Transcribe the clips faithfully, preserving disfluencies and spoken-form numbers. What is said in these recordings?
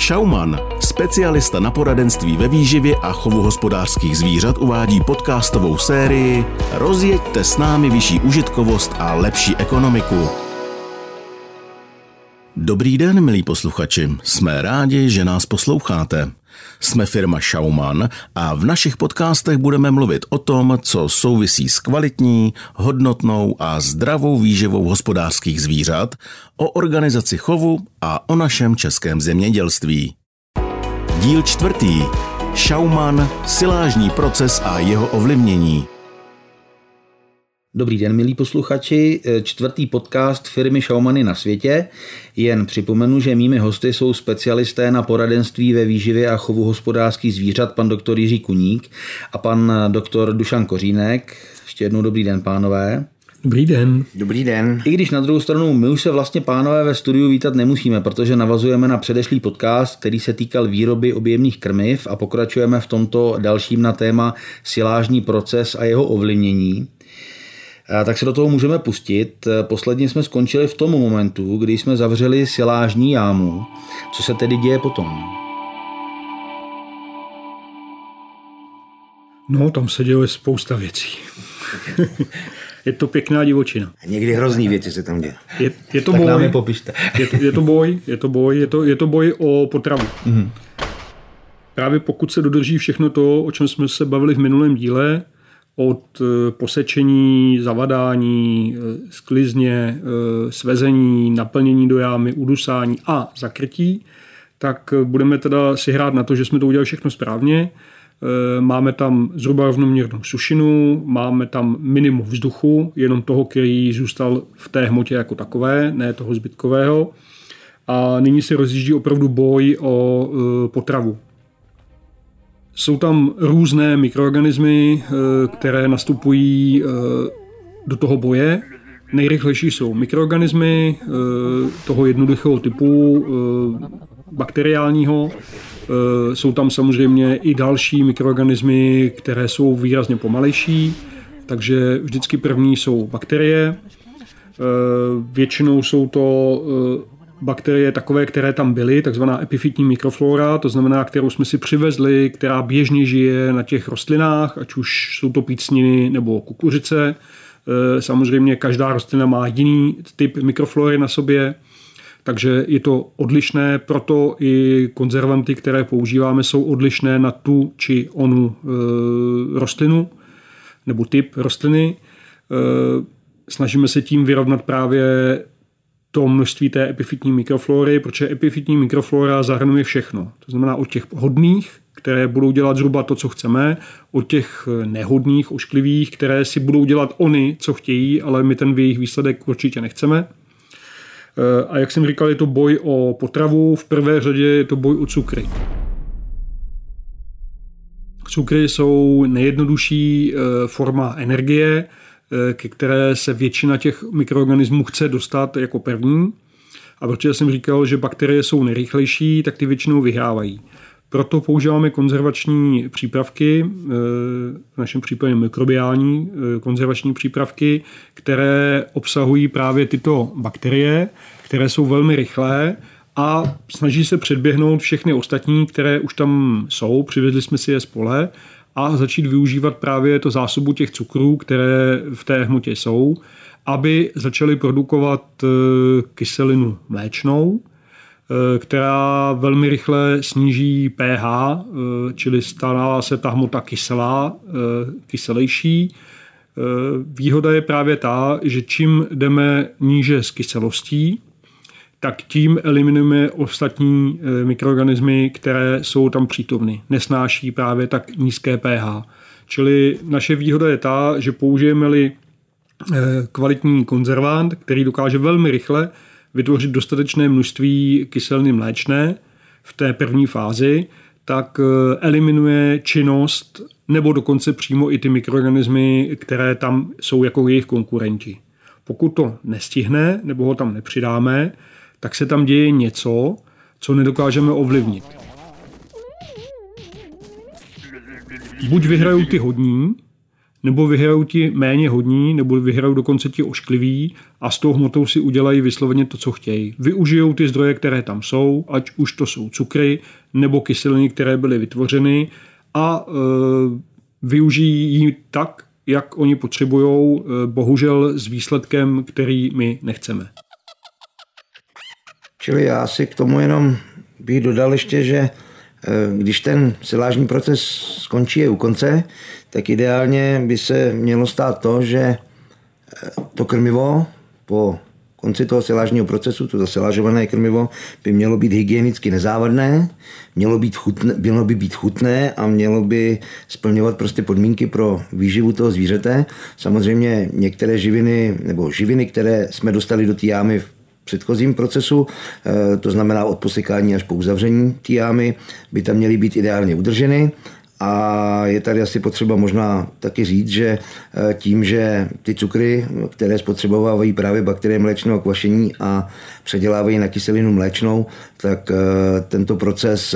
Schaumann, specialista na poradenství ve výživě a chovu hospodářských zvířat, uvádí podcastovou sérii Rozjeďte s námi vyšší užitkovost a lepší ekonomiku. Dobrý den, milí posluchači. Jsme rádi, že nás posloucháte. Jsme firma Schaumann a v našich podcastech budeme mluvit o tom, co souvisí s kvalitní, hodnotnou a zdravou výživou hospodářských zvířat, o organizaci chovu a o našem českém zemědělství. Díl čtvrtý. Schaumann, silážní proces a jeho ovlivnění. Dobrý den, milí posluchači, čtvrtý podcast firmy Schaumanny na světě. Jen připomenu, že mými hosty jsou specialisté na poradenství ve výživě a chovu hospodářských zvířat, pan doktor Jiří Kuník a pan doktor Dušan Kořínek. Ještě jednou dobrý den, pánové. Dobrý den. Dobrý den. I když na druhou stranu my už se vlastně, pánové, ve studiu vítat nemusíme, protože navazujeme na předešlý podcast, který se týkal výroby objemných krmiv a pokračujeme v tomto dalším na téma silážní proces a jeho ovlivnění. Tak se do toho můžeme pustit. Posledně jsme skončili v tom momentu, kdy jsme zavřeli silážní jámu. Co se tedy děje potom? No, tam se děje spousta věcí. Je to pěkná divočina. Někdy hrozný věci se tam děje. Je, je to tak boj. nám je popište. Je to, je to boj, je to boj, je to, je to boj o potravu. Mm-hmm. Právě pokud se dodrží všechno to, o čem jsme se bavili v minulém díle, od posečení, zavadání, sklizně, svezení, naplnění do jámy, udusání a zakrytí, tak budeme teda si hrát na to, že jsme to udělali všechno správně. Máme tam zhruba rovnoměrnou sušinu, máme tam minimum vzduchu, jenom toho, který zůstal v té hmotě jako takové, ne toho zbytkového. A nyní se rozjíždí opravdu boj o potravu. Jsou tam různé mikroorganismy, které nastupují do toho boje. Nejrychlejší jsou mikroorganismy toho jednoduchého typu bakteriálního. Jsou tam samozřejmě i další mikroorganismy, které jsou výrazně pomalejší, takže vždycky první jsou bakterie. Většinou jsou to bakterie takové, které tam byly, takzvaná epifytní mikroflora, to znamená, kterou jsme si přivezli, která běžně žije na těch rostlinách, ať už jsou to pícniny nebo kukuřice. Samozřejmě každá rostlina má jiný typ mikroflory na sobě, takže je to odlišné, proto i konzervanty, které používáme, jsou odlišné na tu či onu rostlinu nebo typ rostliny. Snažíme se tím vyrovnat právě to množství té epifytní mikroflory, protože epifytní mikroflora zahrnuje všechno. To znamená od těch hodných, které budou dělat zhruba to, co chceme, od těch nehodných, ošklivých, které si budou dělat oni, co chtějí, ale my ten jejich výsledek určitě nechceme. A jak jsem říkal, je to boj o potravu, v prvé řadě je to boj o cukry. Cukry jsou nejjednodušší forma energie, ke které se většina těch mikroorganismů chce dostat jako první. A protože jsem říkal, že bakterie jsou nejrychlejší, tak ty většinou vyhrávají. Proto používáme konzervační přípravky, v našem případě mikrobiální konzervační přípravky, které obsahují právě tyto bakterie, které jsou velmi rychlé a snaží se předběhnout všechny ostatní, které už tam jsou, přivezli jsme si je z pole, a začít využívat právě to zásobu těch cukrů, které v té hmotě jsou, aby začaly produkovat kyselinu mléčnou, která velmi rychle sníží pH, čili stává se ta hmota kyselá, kyselejší. Výhoda je právě ta, že čím jdeme níže s kyselostí, tak tím eliminujeme ostatní mikroorganismy, které jsou tam přítomny. Nesnáší právě tak nízké pH. Čili naše výhoda je ta, že použijeme-li kvalitní konzervant, který dokáže velmi rychle vytvořit dostatečné množství kyseliny mléčné v té první fázi, tak eliminuje činnost nebo dokonce přímo i ty mikroorganismy, které tam jsou jako jejich konkurenti. Pokud to nestihne nebo ho tam nepřidáme, tak se tam děje něco, co nedokážeme ovlivnit. Buď vyhrajou ty hodní, nebo vyhrajou ti méně hodní, nebo vyhrajou dokonce ti oškliví a s tou hmotou si udělají vysloveně to, co chtějí. Využijou ty zdroje, které tam jsou, ať už to jsou cukry nebo kyseliny, které byly vytvořeny a e, využijí ji tak, jak oni potřebují, e, bohužel s výsledkem, který my nechceme. Čili já si k tomu jenom bych dodal ještě, že když ten silážní proces skončí je u konce, tak ideálně by se mělo stát to, že to krmivo po konci toho silážního procesu, to zasilážované krmivo, by mělo být hygienicky nezávadné, mělo, být chutné, mělo by být chutné a mělo by splňovat prostě podmínky pro výživu toho zvířete. Samozřejmě některé živiny, nebo živiny, které jsme dostali do té jámy v předchozím procesu, to znamená od posekání až po uzavření té jámy, by tam měly být ideálně udrženy. A je tady asi potřeba možná taky říct, že tím, že ty cukry, které spotřebovávají právě bakterie mléčného kvašení a předělávají na kyselinu mléčnou, tak tento proces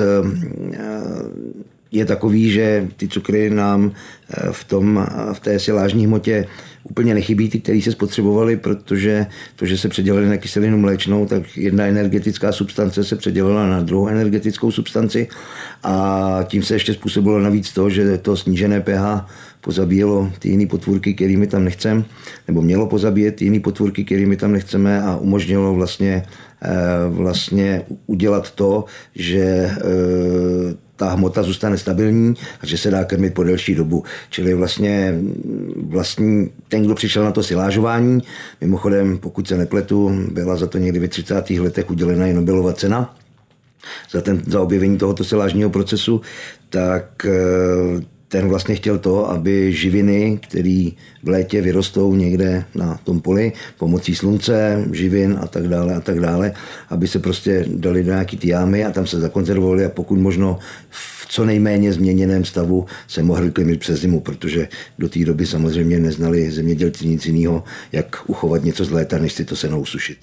je takový, že ty cukry nám v, tom, v té silážní hmotě úplně nechybí, ty, které se spotřebovaly, protože to, že se předělaly na kyselinu mléčnou, tak jedna energetická substance se předělala na druhou energetickou substanci a tím se ještě způsobilo navíc to, že to snížené pH pozabíjelo ty jiné potvůrky, kterými tam nechceme, nebo mělo pozabíjet ty jiné potvůrky, kterými tam nechceme a umožnilo vlastně, vlastně udělat to, že ta hmota zůstane stabilní a že se dá krmit po delší dobu. Čili vlastně, vlastně ten, kdo přišel na to silážování, mimochodem, pokud se nepletu, byla za to někdy ve třicátých letech udělena i Nobelova cena za, ten, za objevení tohoto silážního procesu, tak ten vlastně chtěl to, aby živiny, které v létě vyrostou někde na tom poli pomocí slunce, živin a tak dále a tak dále, aby se prostě dali do nějaký ty jámy a tam se zakonzervovaly a pokud možno v co nejméně změněném stavu se mohli krmit přes zimu, protože do té doby samozřejmě neznali zemědělci nic jiného, jak uchovat něco z léta, než si to senou usušit.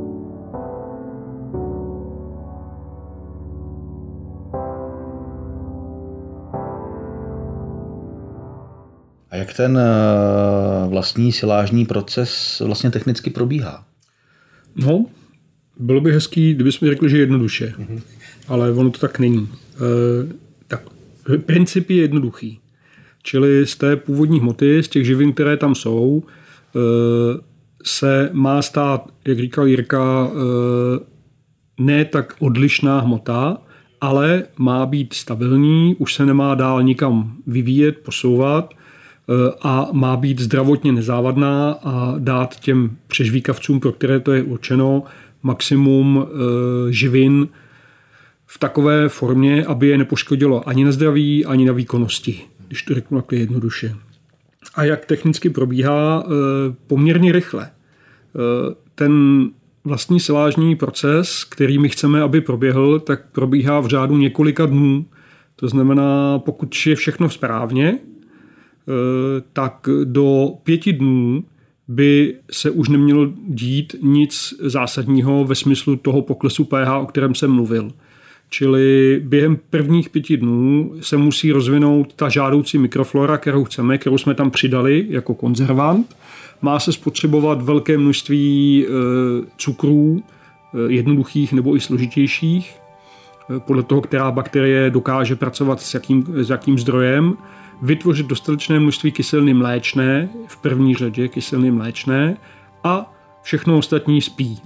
A jak ten vlastní silážní proces vlastně technicky probíhá? No, bylo by hezký, kdybychom řekli, že jednoduše, mm-hmm. ale ono to tak není. E, tak, princip je jednoduchý. Čili z té původní hmoty, z těch živin, které tam jsou, e, se má stát, jak říkal Jirka, e, ne tak odlišná hmota, ale má být stabilní, už se nemá dál nikam vyvíjet, posouvat, a má být zdravotně nezávadná a dát těm přežvíkavcům, pro které to je určeno, maximum e, živin v takové formě, aby je nepoškodilo ani na zdraví, ani na výkonnosti, když to řeknu takhle jednoduše. A jak technicky probíhá? E, poměrně rychle. E, ten vlastní silážní proces, který my chceme, aby proběhl, tak probíhá v řádu několika dnů. To znamená, pokud je všechno správně, tak do pěti dnů by se už nemělo dít nic zásadního ve smyslu toho poklesu pH, o kterém jsem mluvil. Čili během prvních pěti dnů se musí rozvinout ta žádoucí mikroflora, kterou chceme, kterou jsme tam přidali jako konzervant. Má se spotřebovat velké množství cukrů, jednoduchých nebo i složitějších, podle toho, která bakterie dokáže pracovat s jakým, s jakým zdrojem. Vytvořit dostatečné množství kyseliny mléčné, v první řadě kyseliny mléčné, a všechno ostatní spí.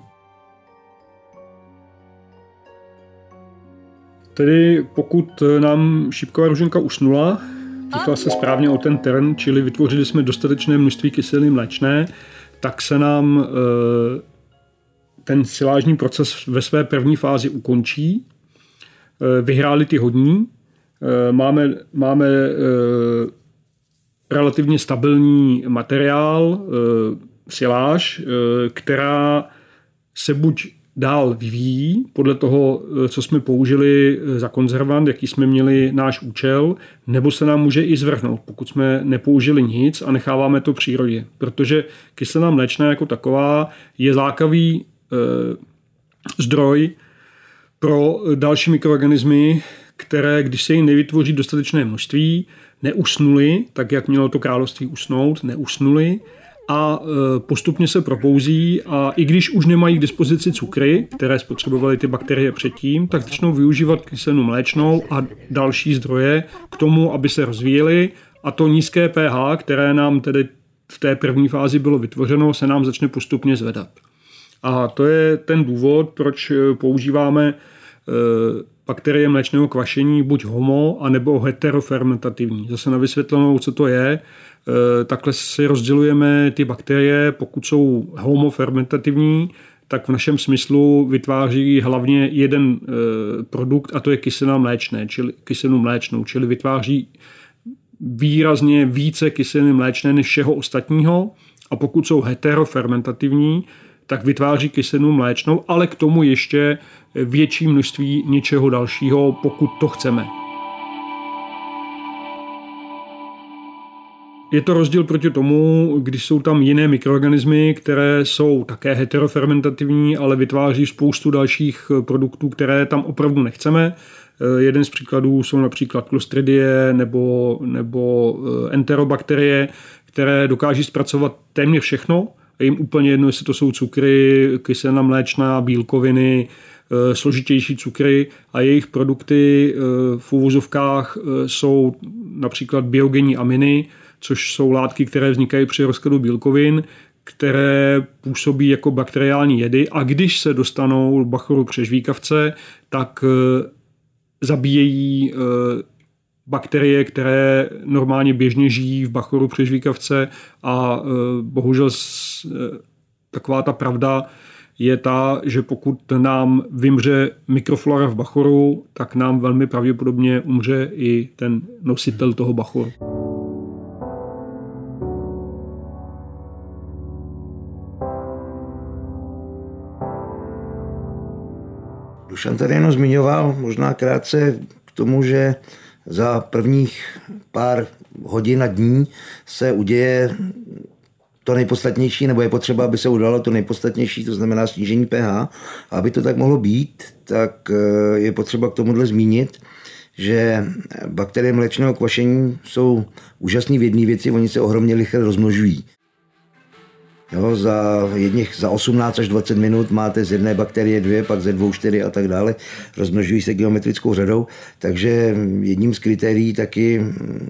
Tedy pokud nám šípková ruženka usnula, tichla se správně o ten tern, čili vytvořili jsme dostatečné množství kyseliny mléčné, tak se nám ten silážní proces ve své první fázi ukončí. Vyhráli ty hodní. Máme, máme relativně stabilní materiál, siláž, která se buď dál vyvíjí podle toho, co jsme použili za konzervant, jaký jsme měli náš účel, nebo se nám může i zvrhnout, pokud jsme nepoužili nic a necháváme to přírodě. Protože kyselina mléčná jako taková je lákavý zdroj pro další mikroorganismy, které, když se jim nevytvoří dostatečné množství, neusnuly, tak jak mělo to království usnout, neusnuly a postupně se propouzí a i když už nemají k dispozici cukry, které spotřebovaly ty bakterie předtím, tak začnou využívat kyselinu mléčnou a další zdroje k tomu, aby se rozvíjely a to nízké pH, které nám tedy v té první fázi bylo vytvořeno, se nám začne postupně zvedat. A to je ten důvod, proč používáme bakterie mléčného kvašení buď homo, anebo heterofermentativní. Zase na vysvětlenou, co to je. Takhle si rozdělujeme ty bakterie, pokud jsou homofermentativní, tak v našem smyslu vytváří hlavně jeden produkt a to je kyselina mléčné, čili kyselinu mléčnou, čili vytváří výrazně více kyseliny mléčné než všeho ostatního a pokud jsou heterofermentativní, tak vytváří kyselinu mléčnou, ale k tomu ještě větší množství něčeho dalšího, pokud to chceme. Je to rozdíl proti tomu, když jsou tam jiné mikroorganismy, které jsou také heterofermentativní, ale vytváří spoustu dalších produktů, které tam opravdu nechceme. Jeden z příkladů jsou například Clostridie nebo, nebo enterobakterie, které dokáží zpracovat téměř všechno. A jim úplně jedno, jestli to jsou cukry, kyselina mléčná, bílkoviny, složitější cukry a jejich produkty v uvozovkách jsou například biogenní aminy, což jsou látky, které vznikají při rozkladu bílkovin, které působí jako bakteriální jedy a když se dostanou do bachoru přežvíkavce, tak zabíjejí bakterie, které normálně běžně žijí v bachoru přežvíkavce a bohužel taková ta pravda je ta, že pokud nám vymře mikroflora v bachoru, tak nám velmi pravděpodobně umře i ten nositel toho bachoru. Dušan tady jenom zmiňoval možná krátce k tomu, že za prvních pár hodin a dní se uděje to nejpodstatnější, nebo je potřeba, aby se udalo to nejpodstatnější, to znamená snížení pH. A aby to tak mohlo být, tak je potřeba k tomuhle zmínit, že bakterie mléčného kvašení jsou úžasný v jedné věci, oni se ohromně rychle rozmnožují. Jo, za, jedných, za osmnáct až dvacet minut máte z jedné bakterie dvě, pak ze dvou čtyři a tak dále. Rozmnožují se geometrickou řadou, takže jedním z kritérií taky,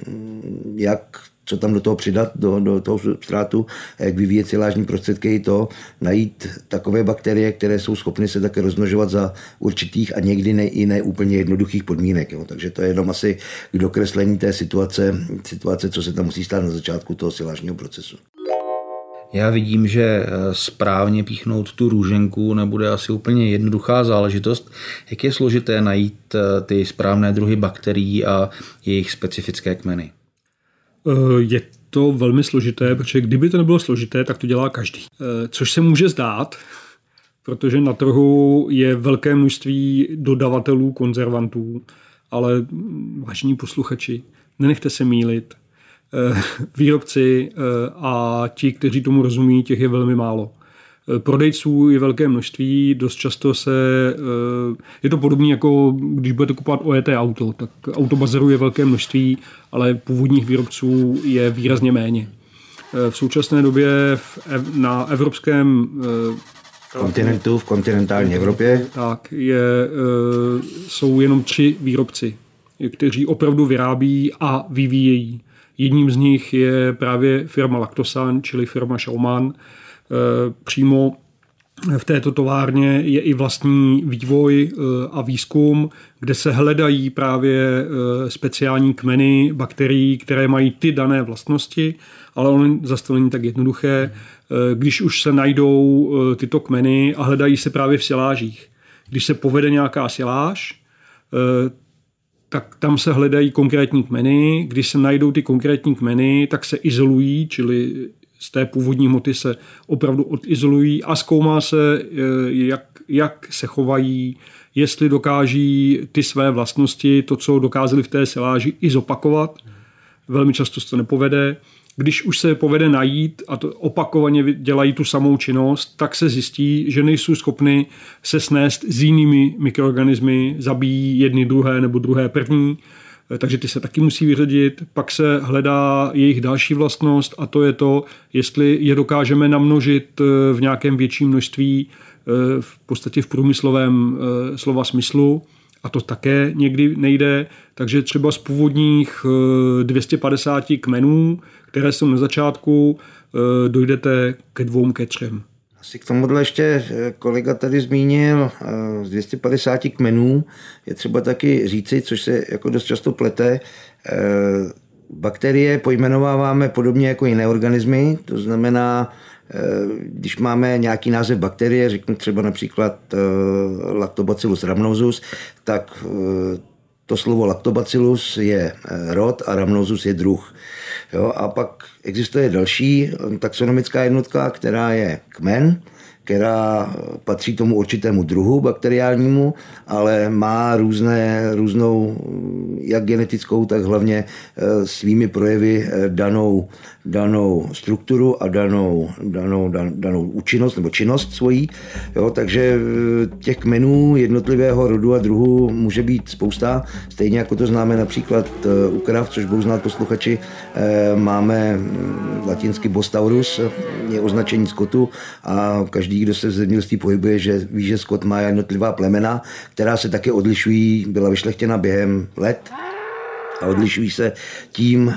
jak co tam do toho přidat, do, do toho substrátu, jak vyvíjet silážní prostředky, je to najít takové bakterie, které jsou schopny se také rozmnožovat za určitých a někdy ne, i ne úplně jednoduchých podmínek. Jo. Takže to je jenom asi k dokreslení té situace, situace, co se tam musí stát na začátku toho silážního procesu. Já vidím, že správně píchnout tu růženku nebude asi úplně jednoduchá záležitost. Jak je složité najít ty správné druhy bakterií a jejich specifické kmeny? Je to velmi složité, protože kdyby to nebylo složité, tak to dělá každý. Což se může zdát, protože na trhu je velké množství dodavatelů konzervantů, ale vážení posluchači, nenechte se mýlit. Výrobci a ti, kteří tomu rozumí, těch je velmi málo. Prodejců je velké množství, dost často se, je to podobné jako když budete kupovat O E T auto, tak autobazarů je velké množství, ale původních výrobců je výrazně méně. V současné době na evropském kontinentu, v kontinentální Evropě, tak je, jsou jenom tři výrobci, kteří opravdu vyrábí a vyvíjejí. Jedním z nich je právě firma Lactosan, čili firma Schaumann. Přímo v této továrně je i vlastní vývoj a výzkum, kde se hledají právě speciální kmeny bakterií, které mají ty dané vlastnosti, ale ono zase to není tak jednoduché. Když už se najdou tyto kmeny a hledají se právě v silážích. Když se povede nějaká siláž, tak tam se hledají konkrétní kmeny. Když se najdou ty konkrétní kmeny, tak se izolují, čili z té původní hmoty se opravdu odizolují a zkoumá se, jak, jak se chovají, jestli dokáží ty své vlastnosti, to, co dokázali v té siláži, i zopakovat. Velmi často se to nepovede Když už se povede najít a to opakovaně dělají tu samou činnost, tak se zjistí, že nejsou schopny se snést s jinými mikroorganismy, zabíjí jedny druhé nebo druhé první, takže ty se taky musí vyřadit. Pak se hledá jejich další vlastnost a to je to, jestli je dokážeme namnožit v nějakém větším množství, v podstatě v průmyslovém slova smyslu, a to také někdy nejde, takže třeba z původních dvě stě padesát kmenů, které jsou na začátku, dojdete ke dvou, ke třem. Asi k tomuhle ještě kolega tady zmínil z dvě stě padesát kmenů. Je třeba taky říci, což se jako dost často plete, bakterie pojmenováváme podobně jako jiné organismy, to znamená, když máme nějaký název bakterie, řeknu třeba například Lactobacillus rhamnosus, tak to slovo Lactobacillus je rod a Rhamnosus je druh. Jo, a pak existuje další taxonomická jednotka, která je kmen, která patří tomu určitému druhu bakteriálnímu, ale má různé, různou jak genetickou, tak hlavně svými projevy danou, danou strukturu a danou, danou, dan, danou účinnost nebo činnost svojí. Jo, takže těch kmenů jednotlivého rodu a druhu může být spousta. Stejně jako to známe například u krav, což budou znát posluchači, máme latinsky Bostaurus, je označení skotu a každý, kdo se v zemědělství pohybuje, že ví, že skot má jednotlivá plemena, která se také odlišují, byla vyšlechtěna během let a odlišují se tím,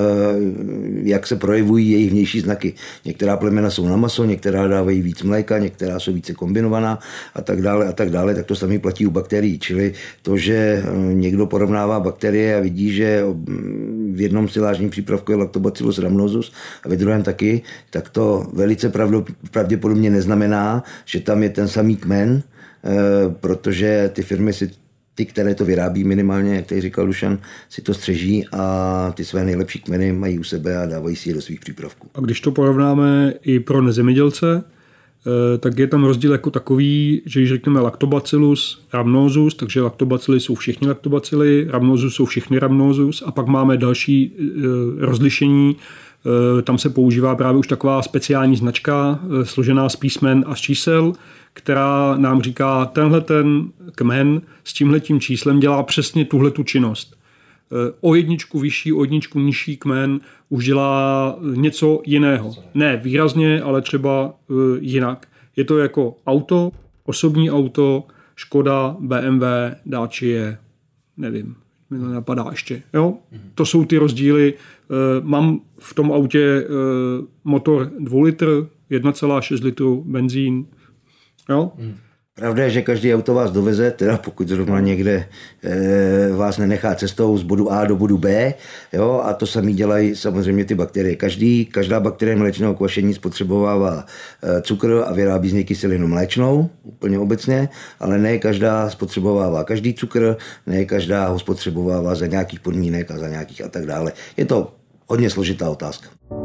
jak se projevují jejich vnější znaky. Některá plemena jsou na maso, některá dávají víc mléka, některá jsou více kombinovaná a tak dále a tak dále, tak to samé platí u bakterií. Čili to, že někdo porovnává bakterie a vidí, že v jednom silážním přípravku je Lactobacillus rhamnosus a ve druhém taky, tak to velice pravděpodobně neznamená, že tam je ten samý kmen, protože ty firmy si ty, které to vyrábí minimálně, jak tady říkal Dušan, si to střeží a ty své nejlepší kmeny mají u sebe a dávají si je do svých přípravků. A když to porovnáme i pro nezemědělce, tak je tam rozdíl jako takový, že když řekneme Lactobacillus rhamnosus, takže Lactobacilly jsou všichni Lactobacilly, Rhamnosus jsou všichni Rhamnosus a pak máme další rozlišení. Tam se používá právě už taková speciální značka složená z písmen a z čísel, která nám říká, tenhle ten kmen s tímhletím číslem dělá přesně tuhletu činnost. O jedničku vyšší, o jedničku nižší kmen už dělá něco jiného. Ne výrazně, ale třeba jinak. Je to jako auto, osobní auto, Škoda, B M W, Dacia, nevím, mi to napadá ještě. Jo? To jsou ty rozdíly. Mám v tom autě motor dva litr, jedna celá šest litru benzín. Jo? Pravda je, že každý auto vás doveze, teda pokud zrovna někde e, vás nenechá cestou z bodu A do bodu B, jo, a to samý dělají samozřejmě ty bakterie. Každý, každá bakterie mléčného kvašení spotřebovává e, cukr a vyrábí z něj kyselinu mléčnou, úplně obecně, ale ne každá spotřebovává každý cukr, ne každá ho spotřebovává za nějakých podmínek a za nějakých a tak dále. Je to hodně složitá otázka.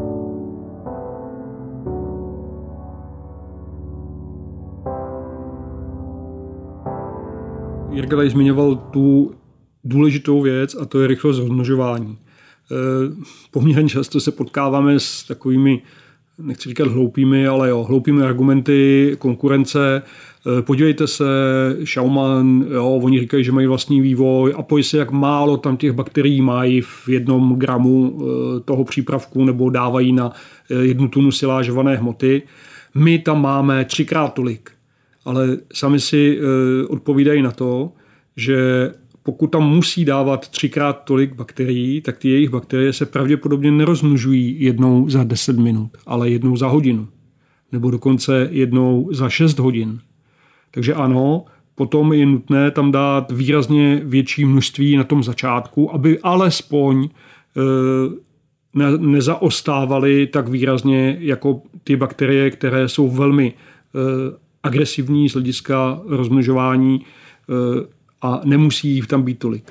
Jirka tady zmiňoval tu důležitou věc a to je rychlost rozmnožování. E, poměrně často se potkáváme s takovými, nechci říkat hloupými, ale jo, hloupými argumenty konkurence. E, podívejte se, Schaumann, jo, oni říkají, že mají vlastní vývoj a pojď se, jak málo tam těch bakterií mají v jednom gramu e, toho přípravku nebo dávají na jednu tunu silážované hmoty. My tam máme třikrát tolik. Ale sami si e, odpovídají na to, že pokud tam musí dávat třikrát tolik bakterií, tak ty jejich bakterie se pravděpodobně nerozmnožují jednou za deset minut, ale jednou za hodinu. Nebo dokonce jednou za šest hodin. Takže ano, potom je nutné tam dát výrazně větší množství na tom začátku, aby alespoň e, ne, nezaostávaly tak výrazně jako ty bakterie, které jsou velmi e, agresivní z hlediska rozmnožování a nemusí jich tam být tolik.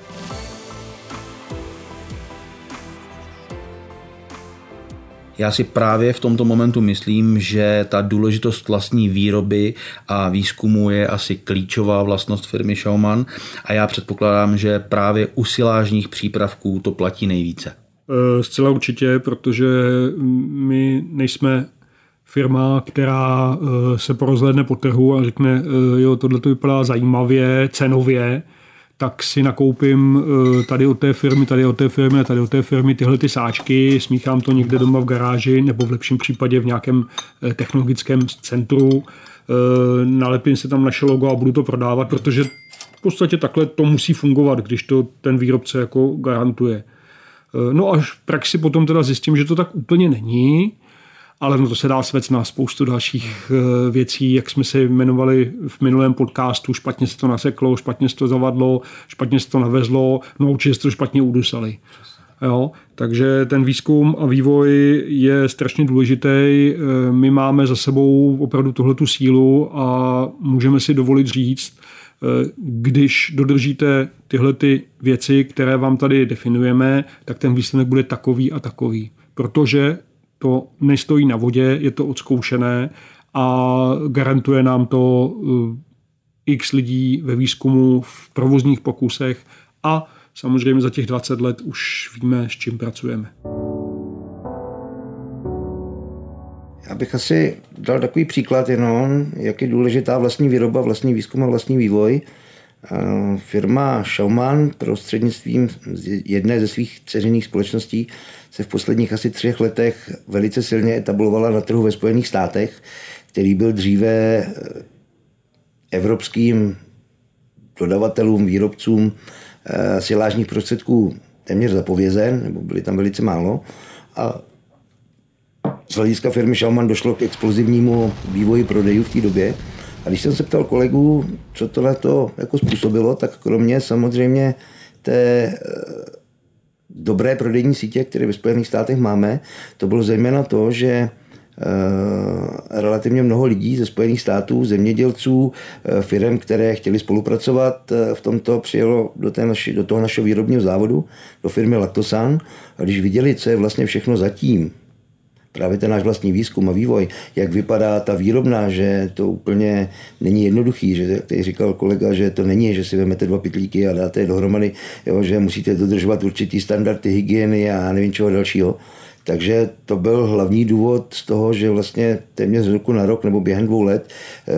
Já si právě v tomto momentu myslím, že ta důležitost vlastní výroby a výzkumu je asi klíčová vlastnost firmy Schaumann a já předpokládám, že právě u silážních přípravků to platí nejvíce. Zcela určitě, protože my nejsme firma, která se porozhlédne po trhu a řekne, jo, tohle to vypadá zajímavě, cenově, tak si nakoupím tady od té firmy, tady od té firmy a tady od té firmy tyhle ty sáčky, smíchám to někde doma v garáži nebo v lepším případě v nějakém technologickém centru, nalepím se tam naše logo a budu to prodávat, protože v podstatě takhle to musí fungovat, když to ten výrobce jako garantuje. No až v praxi potom teda zjistím, že to tak úplně není, ale no to se dá svést na spoustu dalších věcí, jak jsme se jmenovali v minulém podcastu, špatně se to naseklo, špatně se to zavadlo, špatně se to navezlo, no určitě se to špatně udusali. Jo? Takže ten výzkum a vývoj je strašně důležitý. My máme za sebou opravdu tuhletu sílu a můžeme si dovolit říct, když dodržíte tyhle ty věci, které vám tady definujeme, tak ten výsledek bude takový a takový. Protože to nestojí na vodě, je to odzkoušené a garantuje nám to x lidí ve výzkumu, v provozních pokusech a samozřejmě za těch dvacet let už víme, s čím pracujeme. Já bych asi dal takový příklad jenom, jak je důležitá vlastní výroba, vlastní výzkum a vlastní vývoj. Firma Schaumann prostřednictvím jedné ze svých dceřiných společností se v posledních asi třech letech velice silně etablovala na trhu ve Spojených státech, který byl dříve evropským dodavatelům, výrobcům silážních prostředků téměř zapovězen, nebo byly tam velice málo. A z hlediska firmy Schaumann došlo k explozivnímu vývoji prodejů v té době. A když jsem se ptal kolegů, co tohle to jako způsobilo, tak kromě samozřejmě té dobré prodejní sítě, které ve Spojených státech máme, to bylo zejména to, že relativně mnoho lidí ze Spojených států, zemědělců, firem, které chtěli spolupracovat v tomto, přijelo do, té naši, do toho našeho výrobního závodu, do firmy Lactosan. A když viděli, co je vlastně všechno zatím, právě ten náš vlastní výzkum a vývoj, jak vypadá ta výrobna, že to úplně není jednoduchý, že tady říkal kolega, že to není, že si vezmete dva pytlíky a dáte je dohromady, jo, že musíte dodržovat určitý standardy hygieny a nevím čeho dalšího. Takže to byl hlavní důvod z toho, že vlastně téměř z roku na rok nebo během dvou let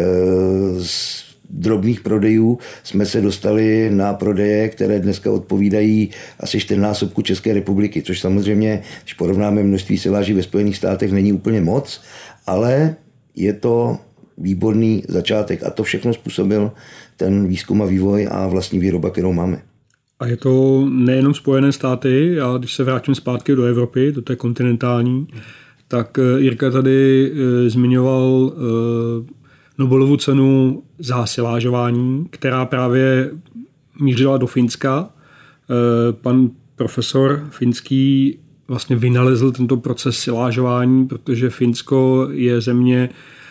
z drobných prodejů jsme se dostali na prodeje, které dneska odpovídají asi čtyřnásobku České republiky, což samozřejmě, když porovnáme množství siláží ve Spojených státech, není úplně moc, ale je to výborný začátek a to všechno způsobil ten výzkum a vývoj a vlastní výroba, kterou máme. A je to nejenom Spojené státy, a když se vrátím zpátky do Evropy, do té kontinentální, tak Jirka tady zmiňoval Nobelovu cenu za silážování, která právě mířila do Finska. Pan profesor finský vlastně vynalezl tento proces silážování, protože Finsko je země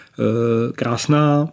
krásná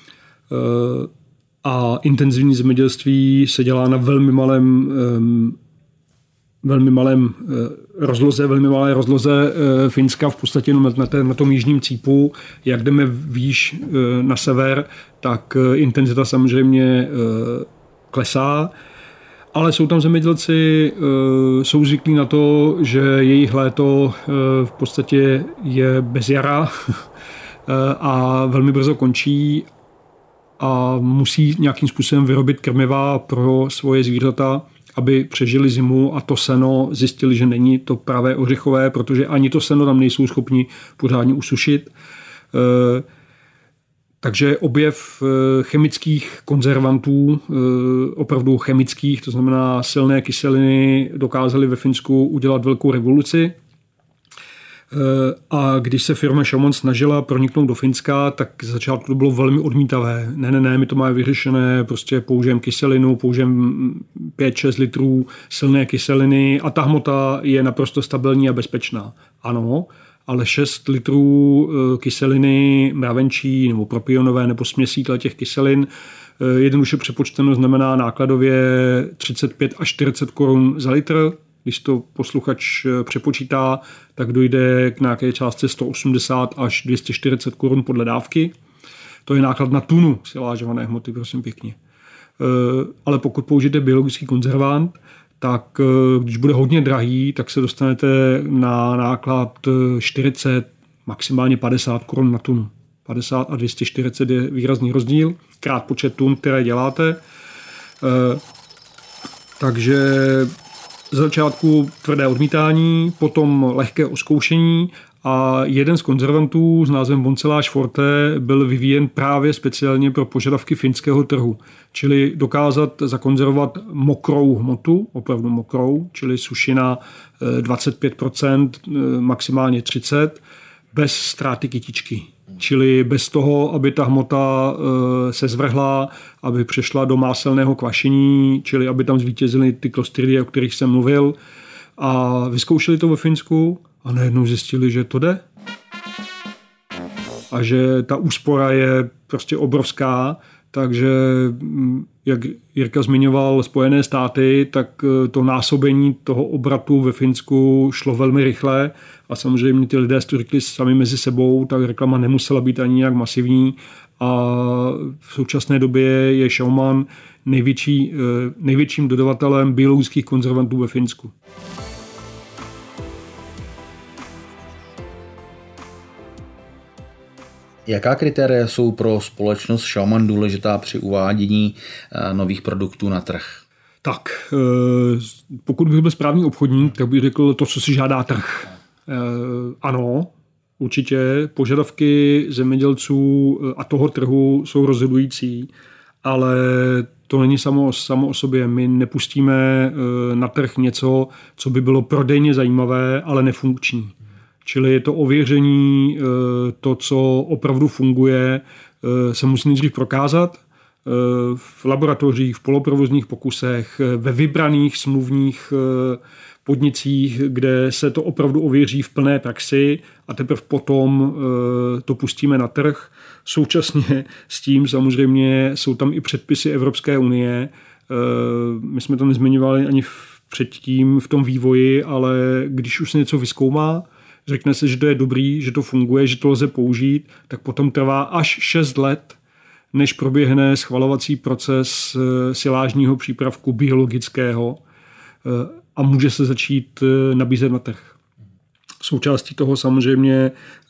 a intenzivní zemědělství se dělá na velmi malém velmi malém rozloze, velmi malé rozloze Finska, v podstatě jenom na, té, na tom jižním cípu. Jak jdeme výš na sever, tak intenzita samozřejmě klesá, ale jsou tam zemědělci, jsou zvyklí na to, že jejich léto v podstatě je bez jara a velmi brzo končí a musí nějakým způsobem vyrobit krmiva pro svoje zvířata, aby přežili zimu, a to seno zjistili, že není to pravé ořechové, protože ani to seno tam nejsou schopni pořádně usušit. Takže objev chemických konzervantů, opravdu chemických, to znamená silné kyseliny, dokázali ve Finsku udělat velkou revoluci. A když se firma Schaumann snažila proniknout do Finska, tak z začátku to bylo velmi odmítavé. Ne, ne, ne, my to máme vyřešené, prostě použijeme kyselinu, použijeme pět šest litrů silné kyseliny a ta hmota je naprosto stabilní a bezpečná. Ano, ale šest litrů kyseliny mravenčí nebo propionové nebo směsí těch kyselin jednoduše přepočteno znamená nákladově třicet pět až čtyřicet korun za litr. Když to posluchač přepočítá, tak dojde k nějaké částce sto osmdesát až dvě stě čtyřicet korun podle dávky. To je náklad na tunu silážované hmoty, prosím pěkně. Ale pokud použijete biologický konzervant, tak když bude hodně drahý, tak se dostanete na náklad čtyřicet, maximálně padesát korun na tunu. padesát a dvě stě čtyřicet je výrazný rozdíl, krát počet tun, které děláte. Takže z začátku tvrdé odmítání, potom lehké oskoušení a jeden z konzervantů s názvem Boncelláž Forte byl vyvíjen právě speciálně pro požadavky finského trhu, čili dokázat zakonzervovat mokrou hmotu, opravdu mokrou, čili sušina dvacet pět procent, maximálně třicet procent, bez ztráty kytičky. Čili bez toho, aby ta hmota se zvrhla, aby přešla do máselného kvašení, čili aby tam zvítězily ty klostridie, o kterých jsem mluvil. A vyzkoušeli to ve Finsku a najednou zjistili, že to jde. A že ta úspora je prostě obrovská, takže jak Jirka zmiňoval Spojené státy, tak to násobení toho obratu ve Finsku šlo velmi rychle a samozřejmě ty lidé to řekli sami mezi sebou, tak reklama nemusela být ani nějak masivní a v současné době je Schaumann největší, největším dodavatelem biologických konzervantů ve Finsku. Jaká kritéria jsou pro společnost Schaumann důležitá při uvádění nových produktů na trh? Tak, pokud bych byl správný obchodník, tak bych řekl to, co si žádá trh. Ano, určitě požadavky zemědělců a toho trhu jsou rozhodující, ale to není samo, samo o sobě. My nepustíme na trh něco, co by bylo prodejně zajímavé, ale nefunkční. Čili je to ověření, to, co opravdu funguje, se musí nejdřív prokázat v laboratořích, v poloprovozních pokusech, ve vybraných smluvních podnicích, kde se to opravdu ověří v plné praxi a teprve potom to pustíme na trh. Současně s tím samozřejmě jsou tam i předpisy Evropské unie. My jsme to nezmiňovali ani předtím v tom vývoji, ale když už se něco vyzkoumá, řekne se, že to je dobrý, že to funguje, že to lze použít, tak potom trvá až šest let, než proběhne schvalovací proces silážního přípravku biologického a může se začít nabízet na trh. Součástí toho samozřejmě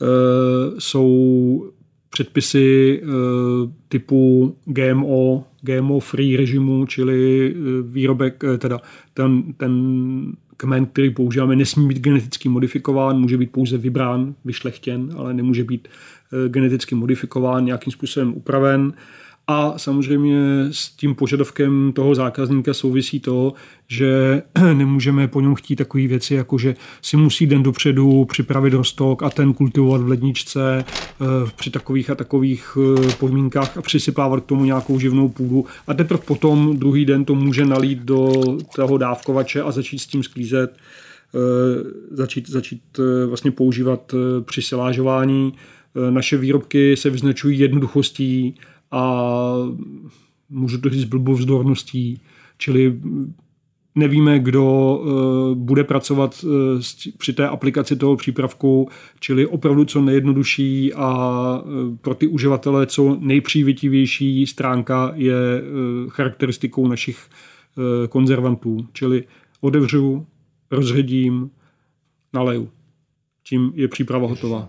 jsou předpisy typu G M O, G M O free režimu, čili výrobek, teda ten, ten kmen, který používáme, nesmí být geneticky modifikován, může být pouze vybrán, vyšlechtěn, ale nemůže být geneticky modifikován, nějakým způsobem upraven. A samozřejmě s tím požadavkem toho zákazníka souvisí to, že nemůžeme po něm chtít takové věci, jako že si musí den dopředu připravit rostok a ten kultivovat v ledničce při takových a takových podmínkách a přisypávat k tomu nějakou živnou půdu. A teprve potom druhý den to může nalít do toho dávkovače a začít s tím sklízet, začít, začít vlastně používat při silážování. Naše výrobky se vyznačují jednoduchostí a můžu to říct blbovzdorností, čili nevíme, kdo bude pracovat při té aplikaci toho přípravku, čili opravdu co nejjednodušší a pro ty uživatele co nejpřívětivější stránka je charakteristikou našich konzervantů, čili otevřu, rozředím, naleju. Tím je příprava hotová.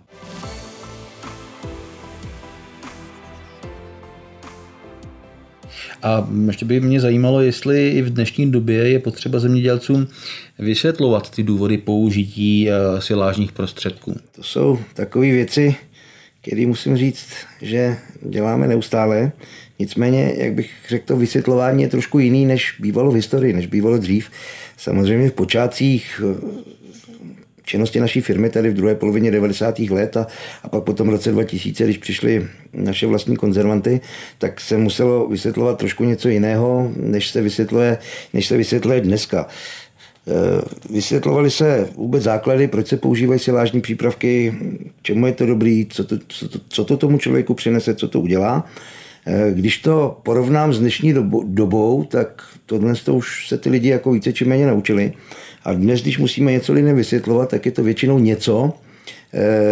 A ještě by mě zajímalo, jestli i v dnešní době je potřeba zemědělcům vysvětlovat ty důvody použití silážních prostředků. To jsou takové věci, které musím říct, že děláme neustále. Nicméně, jak bych řekl, to vysvětlování je trošku jiný, než bývalo v historii, než bývalo dřív. Samozřejmě v počátcích činnosti naší firmy tady v druhé polovině devadesátých let a, a pak potom v roce dva tisíce, když přišly naše vlastní konzervanty, tak se muselo vysvětlovat trošku něco jiného, než se vysvětluje, než se vysvětluje dneska. Vysvětlovaly se vůbec základy, proč se používají silážní přípravky, čemu je to dobrý, co to, co to, co to tomu člověku přinese, co to udělá. Když to porovnám s dnešní dobou, tak tohle to už se ty lidi jako více či méně naučili. A dnes, když musíme něco lidem vysvětlovat, tak je to většinou něco,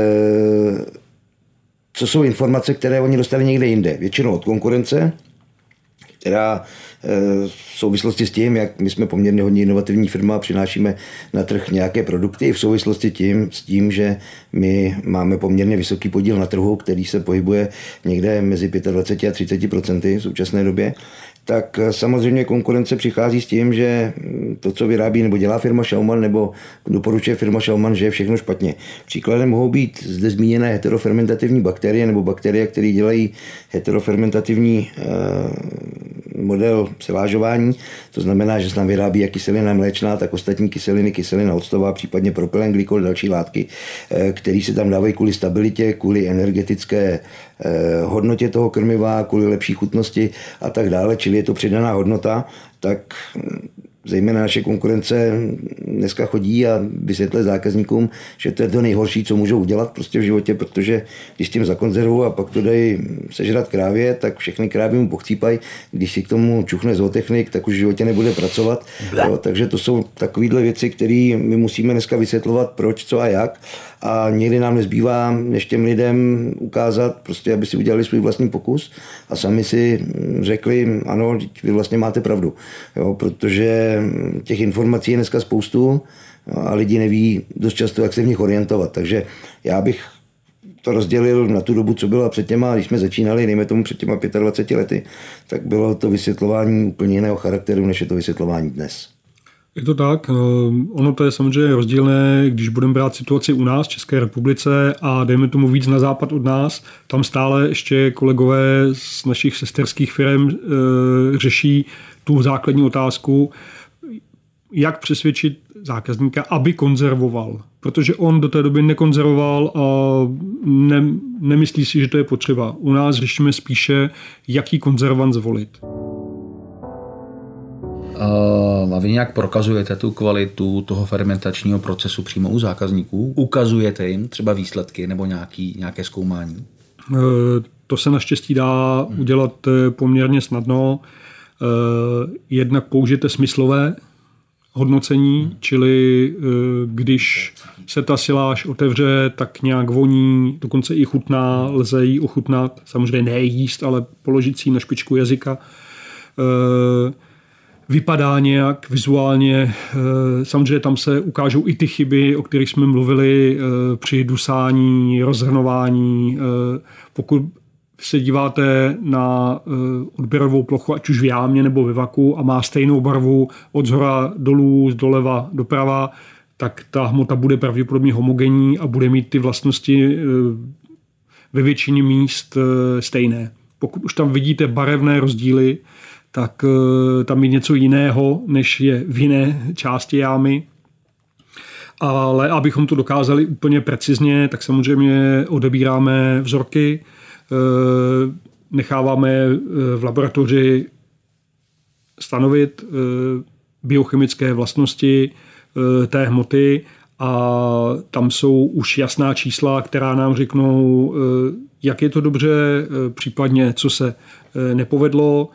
co jsou informace, které oni dostali někde jinde. Většinou od konkurence, která v souvislosti s tím, jak my jsme poměrně hodně inovativní firma a přinášíme na trh nějaké produkty, v souvislosti tím, s tím, že my máme poměrně vysoký podíl na trhu, který se pohybuje někde mezi dvacet pět a třicet procent v současné době, tak samozřejmě konkurence přichází s tím, že to, co vyrábí nebo dělá firma Schaumann, nebo doporučuje firma Schaumann, že je všechno špatně. Příkladem mohou být zde zmíněné heterofermentativní bakterie nebo bakterie, které dělají heterofermentativní eh, model silážování. To znamená, že se tam vyrábí jak kyselina mléčná, tak ostatní kyseliny, kyselina octová, případně propylen, glykol, další látky, eh, které se tam dávají kvůli stabilitě, kvůli energetické eh, hodnotě toho krmiva, kvůli lepší chutnosti a tak dále, čili je to přidaná hodnota, tak zejména naše konkurence dneska chodí a vysvětluje zákazníkům, že to je to nejhorší, co můžou udělat prostě v životě, protože když tím zakonzervují a pak to dají sežrat krávě, tak všechny krávy mu pochcípají. Když si k tomu čuchne zootechnik, tak už v životě nebude pracovat. Jo, takže to jsou takovéhle věci, které my musíme dneska vysvětlovat, proč, co a jak. A někdy nám nezbývá, než těm lidem ukázat, prostě, aby si udělali svůj vlastní pokus a sami si řekli, ano, vy vlastně máte pravdu. Jo, protože těch informací je dneska spoustu a lidi neví dost často, jak se v nich orientovat. Takže já bych to rozdělil na tu dobu, co byla před těma, když jsme začínali, dejme tomu před těma dvaceti pěti lety, tak bylo to vysvětlování úplně jiného charakteru, než je to vysvětlování dnes. Je to tak. Ono to je samozřejmě rozdílné, když budeme brát situaci u nás v České republice a dejme tomu víc na západ od nás. Tam stále ještě kolegové z našich sesterských firm e, řeší tu základní otázku, jak přesvědčit zákazníka, aby konzervoval. Protože on do té doby nekonzervoval a ne, nemyslí si, že to je potřeba. U nás řešíme spíše, jaký konzervant zvolit. A vy nějak prokazujete tu kvalitu toho fermentačního procesu přímo u zákazníků? Ukazujete jim třeba výsledky nebo nějaký, nějaké zkoumání? To se naštěstí dá udělat poměrně snadno. Jednak použijete smyslové hodnocení, čili když se ta siláž otevře, tak nějak voní, dokonce i chutná, lze ji ochutnat, samozřejmě ne jíst, ale položit si ji na špičku jazyka. Vypadá nějak vizuálně, samozřejmě tam se ukážou i ty chyby, o kterých jsme mluvili při dusání, rozhrnování. Pokud se díváte na odběrovou plochu, ať už v jámě nebo ve vaku a má stejnou barvu od zhora dolů, z doleva doprava, tak ta hmota bude pravděpodobně homogenní a bude mít ty vlastnosti ve většině míst stejné. Pokud už tam vidíte barevné rozdíly, tak tam je něco jiného, než je v jiné části jámy. Ale abychom to dokázali úplně precizně, tak samozřejmě odebíráme vzorky, necháváme v laboratoři stanovit biochemické vlastnosti té hmoty a tam jsou už jasná čísla, která nám řeknou, jak je to dobře, případně co se nepovedlo.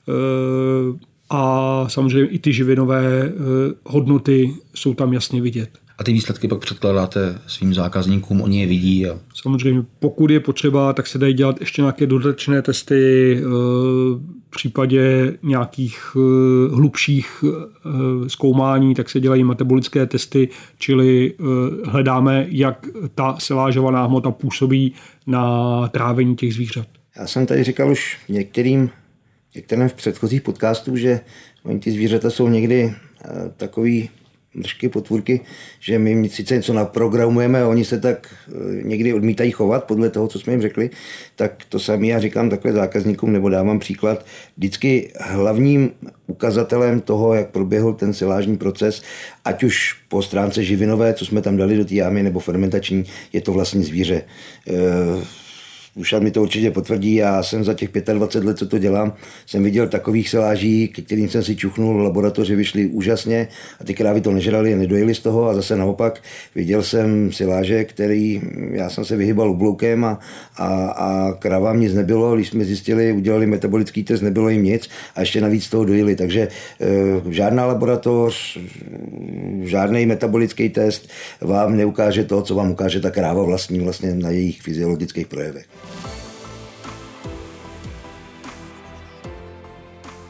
A samozřejmě i ty živinové hodnoty jsou tam jasně vidět. A ty výsledky pak předkládáte svým zákazníkům, oni je vidí? A... Samozřejmě, pokud je potřeba, tak se dají dělat ještě nějaké dodatečné testy, v případě nějakých hlubších zkoumání, tak se dělají metabolické testy, čili hledáme, jak ta silážovaná hmota působí na trávení těch zvířat. Já jsem tady říkal už některým některým v předchozích podcastů, že oni ty zvířata jsou někdy takový mršky, potvůrky, že my jim sice něco naprogramujeme a oni se tak někdy odmítají chovat podle toho, co jsme jim řekli, tak to samé já říkám takhle zákazníkům, nebo dávám příklad. Vždycky hlavním ukazatelem toho, jak proběhl ten silážní proces, ať už po stránce živinové, co jsme tam dali do té jámy, nebo fermentační, je to vlastně zvíře. Dušan mi to určitě potvrdí, já jsem za těch dvacet pět let, co to dělám, jsem viděl takových siláží, ke kterým jsem si čuchnul, v laboratoři vyšly úžasně a ty krávy to nežrali a nedojeli z toho a zase naopak viděl jsem siláže, který, já jsem se vyhýbal obloukem a, a, a krávám nic nebylo, když jsme zjistili, udělali metabolický test, nebylo jim nic a ještě navíc z toho dojeli, takže e, žádná laboratoř, žádný metabolický test vám neukáže to, co vám ukáže ta kráva vlastní vlastně na jejich fyziologických projevech.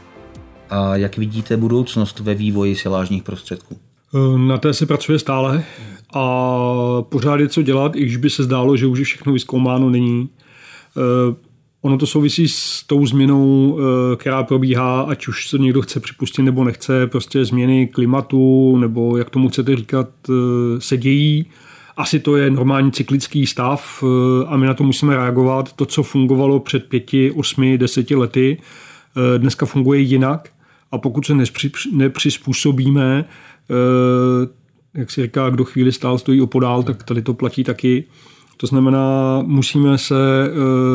A jak vidíte budoucnost ve vývoji silážních prostředků? Na té se pracuje stále a pořád je co dělat, i když by se zdálo, že už všechno vyzkoumáno není. Ono to souvisí s tou změnou, která probíhá, ať už se někdo chce připustit nebo nechce, prostě změny klimatu, nebo jak tomu chcete říkat, se dějí. Asi to je normální cyklický stav a my na to musíme reagovat. To, co fungovalo před pěti, osmi, deseti lety, dneska funguje jinak a pokud se nepřizpůsobíme, jak si říká, kdo chvíli stál, stojí opodál, tak tady to platí taky. To znamená, musíme se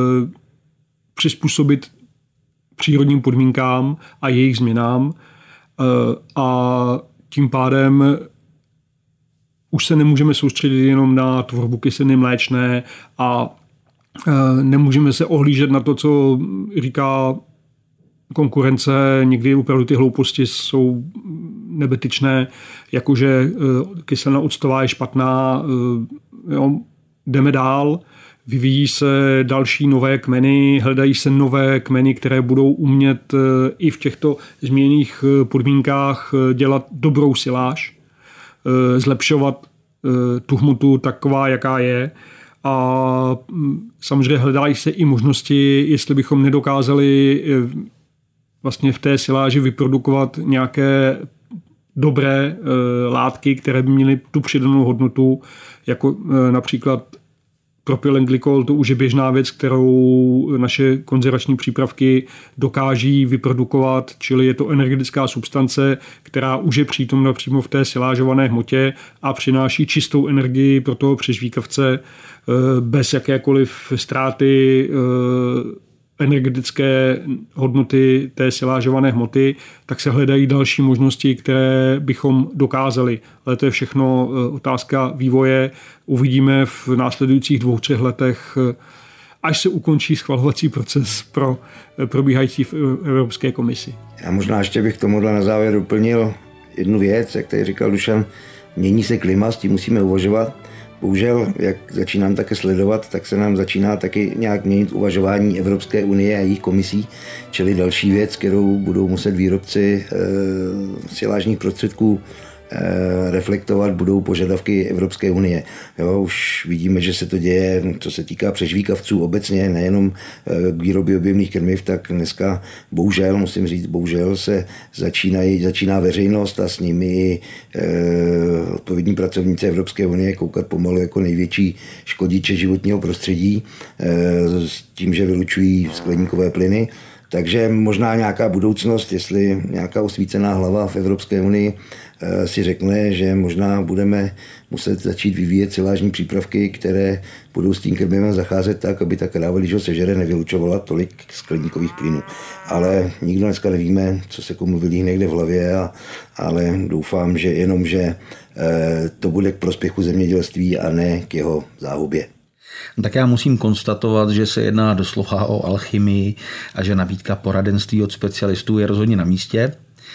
přizpůsobit přírodním podmínkám a jejich změnám a tím pádem už se nemůžeme soustředit jenom na tvorbu kyseliny mléčné a nemůžeme se ohlížet na to, co říká konkurence. Někdy opravdu ty hlouposti jsou nebetyčné, jakože kyselina octová je špatná. Jo, jdeme dál, vyvíjí se další nové kmeny, hledají se nové kmeny, které budou umět i v těchto změněných podmínkách dělat dobrou siláž, zlepšovat tu hmotu taková, jaká je. A samozřejmě hledají se i možnosti, jestli bychom nedokázali vlastně v té siláži vyprodukovat nějaké dobré látky, které by měly tu přidanou hodnotu, jako například propylenglykol, to už je běžná věc, kterou naše konzervační přípravky dokáží vyprodukovat, čili je to energetická substance, která už je přítomna přímo v té silážované hmotě a přináší čistou energii pro toho přežvíkavce bez jakékoliv ztráty energetické hodnoty té silážované hmoty, tak se hledají další možnosti, které bychom dokázali. Ale to je všechno otázka vývoje. Uvidíme v následujících dvou, třech letech, až se ukončí schvalovací proces pro probíhající v Evropské komisi. Já možná ještě bych tomuhle na závěr doplnil jednu věc, jak tady říkal Dušan, mění se klima, s tím musíme uvažovat. Bohužel, jak začínám také sledovat, tak se nám začíná taky nějak měnit uvažování Evropské unie a jejich komisí, čili další věc, kterou budou muset výrobci e, silážních prostředků e, reflektovat, budou požadavky Evropské unie. Jo, už vidíme, že se to děje, co se týká přežvíkavců obecně, nejenom k výrobě objemných krmiv, tak dneska bohužel, musím říct, bohužel se začínají, začíná veřejnost a s nimi e, odpovědní pracovníci Evropské unie koukat pomalu jako největší škodiče životního prostředí e, s tím, že vylučují skleníkové plyny. Takže možná nějaká budoucnost, jestli nějaká osvícená hlava v Evropské unii si řekne, že možná budeme muset začít vyvíjet silážní přípravky, které budou s tím krmivem zacházet tak, aby ta kráva, když ho sežere, nevylučovala tolik skleníkových plynů. Ale nikdo dneska nevíme, co se komu vylíhne někde v hlavě, a, ale doufám, že jenom, že e, to bude k prospěchu zemědělství a ne k jeho záhubě. Tak já musím konstatovat, že se jedná doslova o alchymii a že nabídka poradenství od specialistů je rozhodně na místě.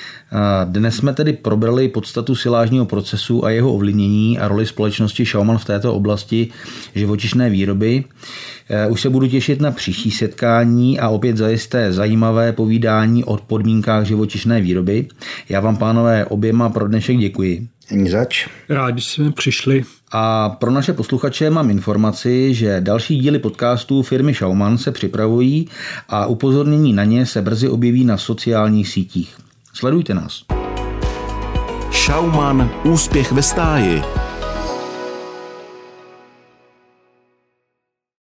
Dnes jsme tedy probrali podstatu silážního procesu a jeho ovlivnění a roli společnosti Schaumann v této oblasti živočišné výroby. Už se budu těšit na příští setkání a opět zajisté zajímavé povídání o podmínkách živočišné výroby. Já vám, pánové, oběma pro dnešek děkuji. Ani zač. Rádi jsme přišli. A pro naše posluchače mám informaci, že další díly podcastů firmy Schaumann se připravují a upozornění na ně se brzy objeví na sociálních sítích. Sledujte nás. Schaumann, úspěch ve stáji.